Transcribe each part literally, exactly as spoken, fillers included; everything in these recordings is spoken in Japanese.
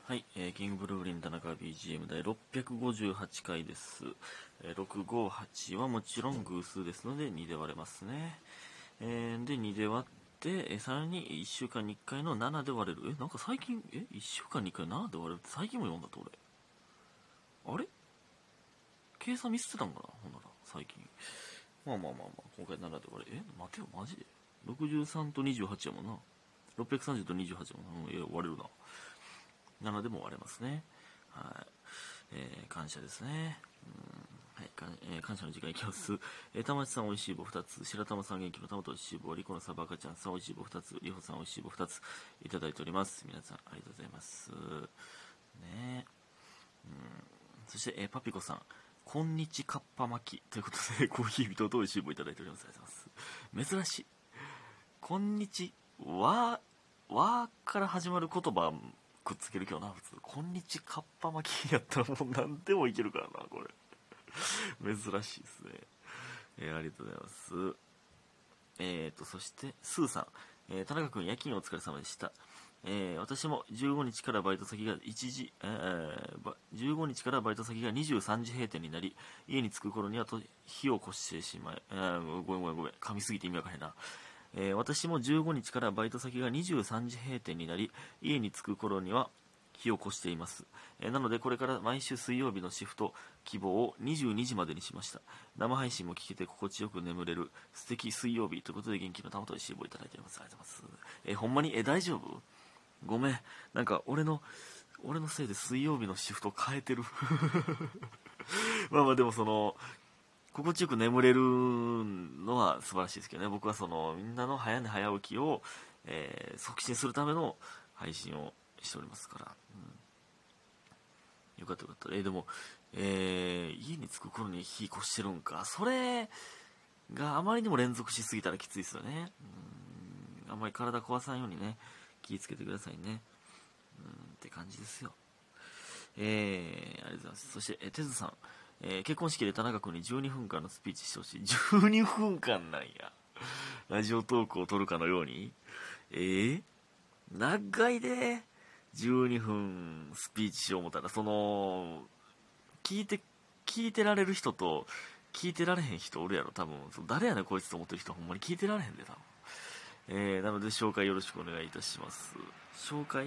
はい、えー、キングブルーリン田中 ビージーエム 第ろっぴゃくごじゅうはちかいです。えー、ろくごはちはもちろん偶数ですのでにで割れますね。えー、で、にで割って、えー、さらにいっしゅうかんにいっかいのななで割れる。え、なんか最近、え、いっしゅうかんにいっかいななで割れるって最近も読んだと俺。あれ計算ミスってたんかなほんなら、最近。まあまあまあまあ、今回ななで割れる。え、待てよ、マジで ?ろくじゅうさん とにじゅうはちやもんな。ろっぴゃくさんじゅうとにじゅうはちやもんな。うん、いや、割れるな。ななでも割れますね。はい。えー、感謝ですね。うん、はい、かえー、感謝の時間いきます。えー、たまちさんおいしい棒ふたつ、白玉さん元気の玉とおいしい棒、リコのサバカちゃんさんおいしい棒ふたつ、りほさんおいしい棒ふたつ、いただいております。皆さんありがとうございます。ねうん、そして、えー、パピコさん、こんにちかっぱ巻きということで、コーヒー人とおいしい棒いただいております。ありがとうございます。珍しい。こんにちは、わから始まる言葉くっつけるけどな、普通。こんにちかっぱ巻きやったらもう何でもいけるからな、これ。珍しいですね。えー、ありがとうございます。えーと、そして、スーさん。えー、田中君、夜勤お疲れ様でした。えー、私もじゅうごにちからバイト先がいちじ、えー、じゅうごにちからバイト先がにじゅうさんじ閉店になり、家に着く頃にはと火を越してしまい、えー、ごめんごめんごめん、噛みすぎて意味わかへんな。えー、私もじゅうごにちからバイト先がにじゅうさんじ閉店になり、家に着く頃には火を越しています。えー、なのでこれから毎週水曜日のシフト希望をにじゅうにじまでにしました。生配信も聞けて心地よく眠れる素敵水曜日ということで元気の玉と石井をいただいております。ありがとうございます。えー、ほんまにえ大丈夫？ごめん。なんか俺の俺のせいで水曜日のシフト変えてる。まあまあでもその心地よく眠れるのは素晴らしいですけどね。僕はそのみんなの早寝早起きを、えー、促進するための配信をしておりますから、うん、よかったよかった。えー、でも、えー、家に着く頃に火越してるんか。それがあまりにも連続しすぎたらきついですよね。うん、あんまり体壊さんようにね、気をつけてくださいね。うんって感じですよ。えー、ありがとうございます。そして、えー、てずさん、えー、結婚式で田中君にじゅうにふんかんのスピーチしてほしい。じゅうにふんかんなんや。ラジオトークを撮るかのように。えー、長いで、じゅうにふんスピーチしよう思ったら、その、聞いて、聞いてられる人と、聞いてられへん人おるやろ、多分。誰やねんこいつと思ってる人ほんまに聞いてられへんで、多分。えー、なので紹介よろしくお願いいたします。紹介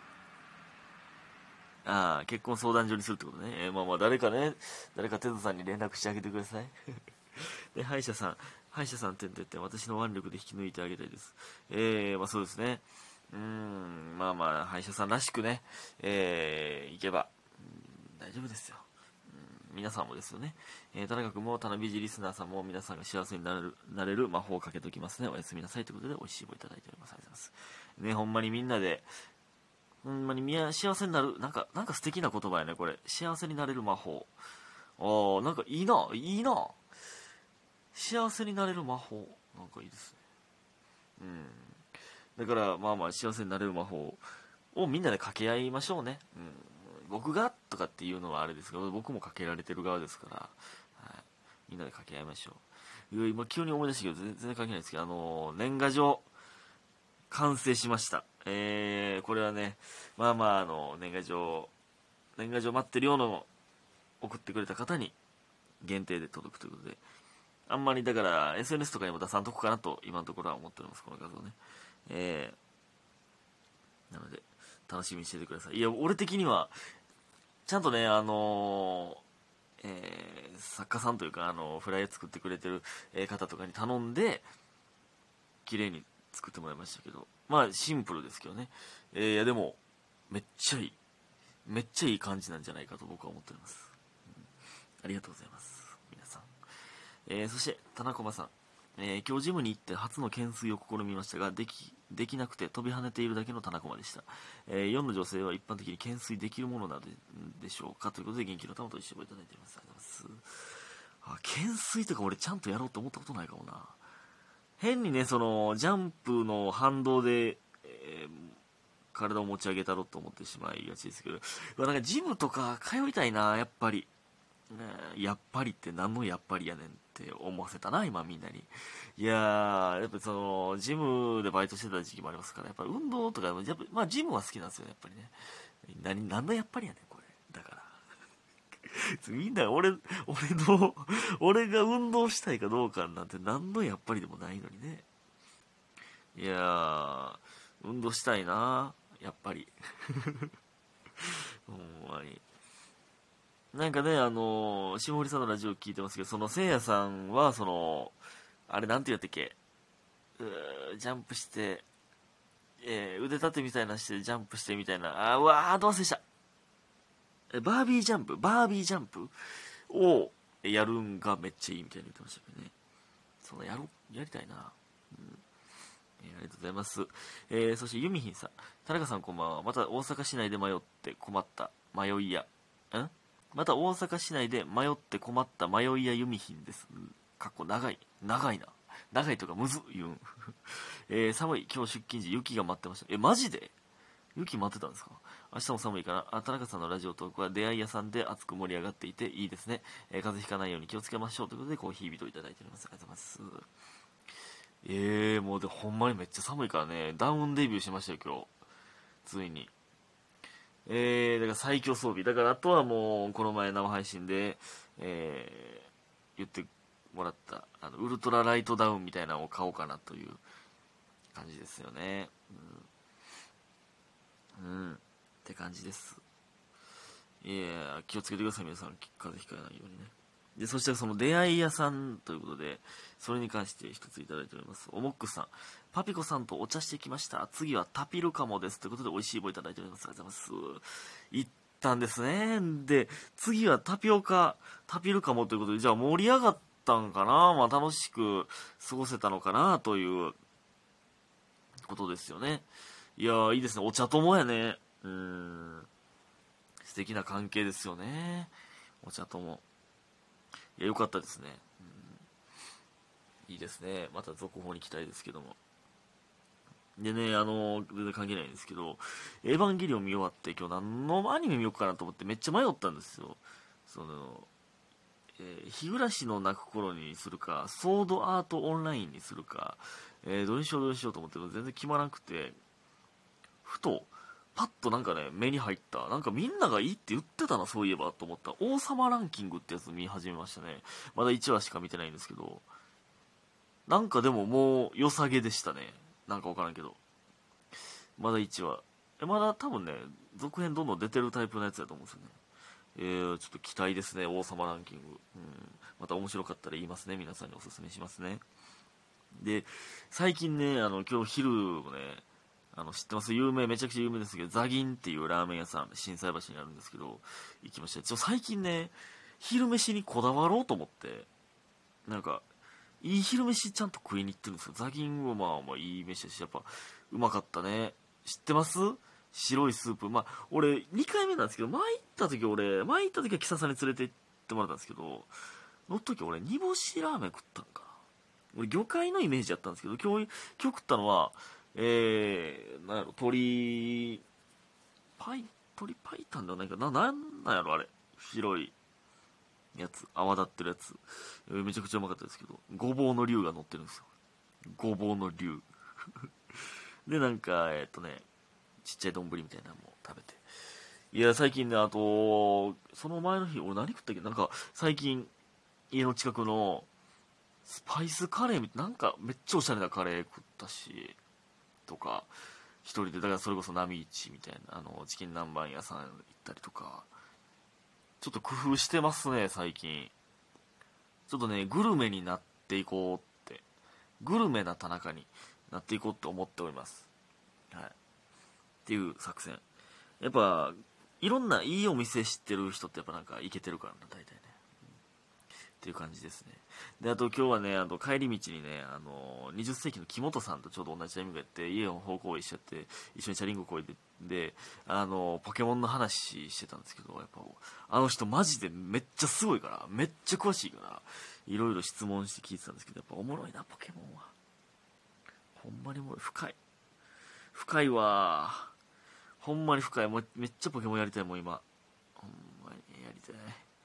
ああ、結婚相談所にするってことね。えー、まあまあ、誰かね、誰かテズさんに連絡してあげてください。で、歯医者さん、歯医者さんって言って私の腕力で引き抜いてあげたいです。えー、まあそうですね。うーん、まあまあ、歯医者さんらしくね、えー、行けば、大丈夫ですよ。皆さんもですよね。えー、田中君も、田辺ジリスナーさんも、皆さんが幸せになれる、なれる魔法をかけておきますね。おやすみなさいということで、美味しい棒いただいております。ありがとうございます。ね、ほんまにみんなで、ほんまにみや幸せになる、なんか、なんか素敵な言葉やね、これ。幸せになれる魔法。あー、なんかいいな、いいな。幸せになれる魔法。なんかいいですね。うん。だから、まあまあ、幸せになれる魔法をみんなで掛け合いましょうね。うん。僕がとかっていうのはあれですけど、僕も掛けられてる側ですから、はい。みんなで掛け合いましょう。今急に思い出したけど、全然関係ないですけど、あのー、年賀状、完成しました。えー、これはね、まあまあ、あの、年賀状、年賀状待ってるようの送ってくれた方に限定で届くということで、あんまりだから エスエヌエス とかにも出さんとこかなと今のところは思っております、この画像ね。えー、なので、楽しみにしててください。いや、俺的には、ちゃんとね、あのー、えー、作家さんというか、あの、フライヤー作ってくれてる方とかに頼んで、綺麗に作ってもらいましたけど、まあ、シンプルですけどね。えー、いや、でも、めっちゃいい。めっちゃいい感じなんじゃないかと僕は思っております。うん、ありがとうございます。皆さん。えー、そして、田中駒さん。えー、今日ジムに行って初の懸垂を試みましたが、でき、できなくて飛び跳ねているだけの田中駒でした。えー、よんの女性は一般的に懸垂できるものなのででしょうかということで、元気の玉と一緒にいただいております。ありがとうございます。あ、懸垂とか俺ちゃんとやろうと思ったことないかもな。変にね、その、ジャンプの反動で、えー、体を持ち上げたろうと思ってしまいがちですけど、なんかジムとか通いたいな、やっぱり。 やっぱりって何のやっぱりやねんって思わせたな今みんなに。いやーやっぱそのジムでバイトしてた時期もありますから、やっぱ運動とかやっぱ、まあ、ジムは好きなんですよねやっぱりね。何何のやっぱりやねんこれだからみんな俺俺の俺が運動したいかどうかなんて何のやっぱりでもないのにね。いやー運動したいなやっぱりほんまに。なんかね、あのー、霜降りさんのラジオ聞いてますけど、そのせいやさんは、その、あれなんて言ったっけ、うージャンプして、えー腕立てみたいなしてジャンプしてみたいな、あーうわー、どう忘れした。えバービージャンプバービージャンプをやるんがめっちゃいいみたいに言ってましたけどね。そのやろ、やりたいな。うんえーありがとうございます。えーそしてユミヒンさん。田中さんこんばんは。また大阪市内で迷って困った迷いや。んまた大阪市内で迷って困った迷いやユミヒンです。かっこ長い。長いな。長いとかむず言うん。えー寒い。今日出勤時雪が待ってました。え、マジで雪待ってたんですか？明日も寒いから、あ田中さんのラジオトークは出会い屋さんで熱く盛り上がっていていいですね。えー風邪ひかないように気をつけましょうということでコーヒー人いただいております。ありがとうございます。えー、もうでほんまにめっちゃ寒いからね、ダウンデビューしましたよ、今日。ついに。えー、だから最強装備。だからあとはもう、この前生配信で、えー、言ってもらった、あの、ウルトラライトダウンみたいなのを買おうかなという感じですよね。うん。うん。って感じです。いや気をつけてください、皆さん。風邪ひかないようにね。で、そしてその出会い屋さんということで、それに関して一ついただいております。おもっくさん。パピコさんとお茶してきました。次はタピルカモです。ということで、美味しい棒いただいております。ありがとうございます。行ったんですね。で、次はタピオカ、タピルカモということで、じゃあ盛り上がったんかな、まあ楽しく過ごせたのかなということですよね。いやー、いいですね。お茶友やね。うーん。素敵な関係ですよね。お茶友。いや、よかったですね。いいですね。また続報に期待ですけども。でね、あの、全然関係ないんですけど、エヴァンゲリオン見終わって、今日何のアニメ見ようかなと思ってめっちゃ迷ったんですよ。その、えー、日暮らしの泣く頃にするか、ソードアートオンラインにするか、えー、どうにしようどうにしようと思っても全然決まらなくて、ふと、パッとなんかね、目に入った。なんかみんながいいって言ってたな、そういえば、と思った。王様ランキングってやつ見始めましたね。まだいちわしか見てないんですけど、なんかでももう良さげでしたね。なんかわからんけど。まだいちわ。え、まだ多分ね、続編どんどん出てるタイプのやつだと思うんですよね。えー、ちょっと期待ですね、王様ランキング。うん。また面白かったら言いますね。皆さんにおすすめしますね。で、最近ね、あの、今日昼もね、あの、知ってます有名、めちゃくちゃ有名ですけど、ザギンっていうラーメン屋さん、心斎橋にあるんですけど、行きました。ちょ、最近ね、昼飯にこだわろうと思って、なんか、いい昼飯ちゃんと食いに行ってるんですよ。ザギンはまあまあいい飯だし、やっぱ、うまかったね。知ってます白いスープ。まあ、俺、にかいめなんですけど、前行った時俺、前行った時は北さんに連れて行ってもらったんですけど、の時俺、煮干しラーメン食ったんかな。俺、魚介のイメージやったんですけど、今日、今日食ったのは、えー、なんやろ、鶏、パイ、鶏パイタンではないかな、なんなんやろ、あれ。白いやつ、泡立ってるやつ。えーめちゃくちゃうまかったですけど、ごぼうの竜が乗ってるんですよ。ごぼうの竜。で、なんか、えっとね、ちっちゃい丼みたいなのも食べて。いや、最近ね、あと、その前の日、俺何食ったっけなんか、最近、家の近くの、スパイスカレーみたいな、なんか、めっちゃおしゃれなカレー食ったし、とか、一人で、だからそれこそ波市みたいな、あの、チキン南蛮屋さん行ったりとか、ちょっと工夫してますね、最近。ちょっとね、グルメになっていこうって、グルメな田中になっていこうって思っております。はい。っていう作戦。やっぱ、いろんないいお店知ってる人ってやっぱなんかイケてるからな、大体ね。っていう感じですね。で、あと今日はね、あの、帰り道にね、あの、はたち世紀の木本さんとちょうど同じタイミングやって、家の方向一緒やって、一緒にチャリンコこいで、で、あの、ポケモンの話してたんですけど、やっぱ、あの人マジでめっちゃすごいから、めっちゃ詳しいから、いろいろ質問して聞いてたんですけど、やっぱおもろいな、ポケモンは。ほんまにおもろい。深い。深いわ。ほんまに深い。もうめっちゃポケモンやりたいもん、今。ほんまにやりたい。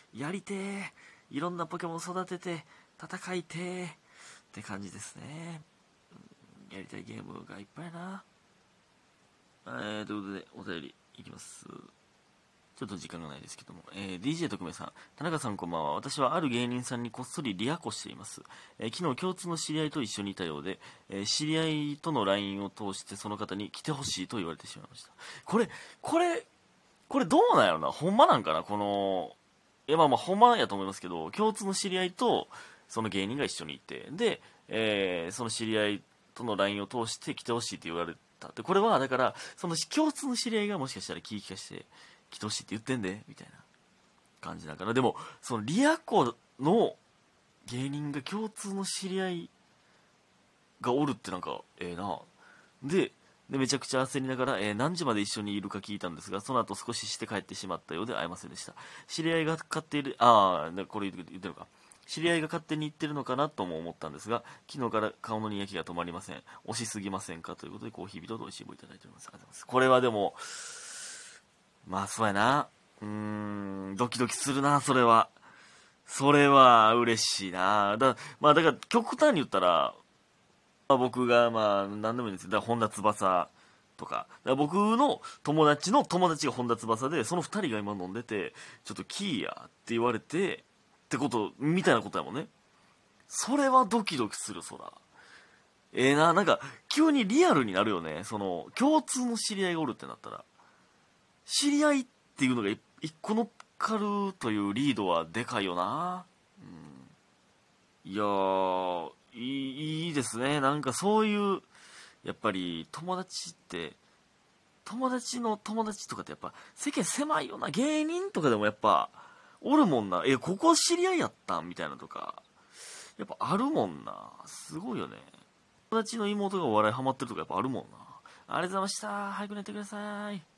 やりてー、いろんなポケモン育てて戦いてーって感じですね。やりたいゲームがいっぱいな。えー、ということでお便りいきます。ちょっと時間がないですけども、えー、ディージェー 特命さん、田中さんこんばんは。私はある芸人さんにこっそりリアコしています。えー、昨日共通の知り合いと一緒にいたようで、えー、知り合いとの ライン を通してその方に来てほしいと言われてしまいました。これこれこれどうなんやろな、ほんまなんかな、この、いやまあまあほんまやと思いますけど、共通の知り合いとその芸人が一緒にいて、で、えー、その知り合いとの ライン を通して来てほしいって言われた。でこれはだからその共通の知り合いがもしかしたら気利かして来てほしいって言ってんでみたいな感じだから。でもそのリアコの芸人が共通の知り合いがおるってなんかええな。ででめちゃくちゃ焦りながら、えー、何時まで一緒にいるか聞いたんですが、その後少しして帰ってしまったようで会えませんでした。知り合いが買っている、ああこれ言ってるのか、知り合いが勝手に言ってるのかなとも思ったんですが、昨日から顔のにやきが止まりません。押しすぎませんかということで、コーヒー人と美味しい棒いただいております。ありがとうございます。これはでもまあそうやな、うーんドキドキするな。それはそれは嬉しいな。だまあだから極端に言ったら、まあ、僕がまあ何でもいいんですけど、だから本田翼とか、だから僕の友達の友達が本田翼で、そのふたりが今飲んでて、ちょっとキーやって言われてってことみたいなことやもんね。それはドキドキする。そらええー、な。なんか急にリアルになるよね。その共通の知り合いがおるってなったら、知り合いっていうのが一個乗っかるというリードはでかいよな。うん、いやーいい、いいですね。なんかそういうやっぱり友達って友達の友達とかってやっぱ世間狭いよな。芸人とかでもやっぱおるもんな。えここ知り合いやったんみたいなとかやっぱあるもんな。すごいよね。友達の妹がお笑いハマってるとかやっぱあるもんな。ありがとうございました。早く寝てください。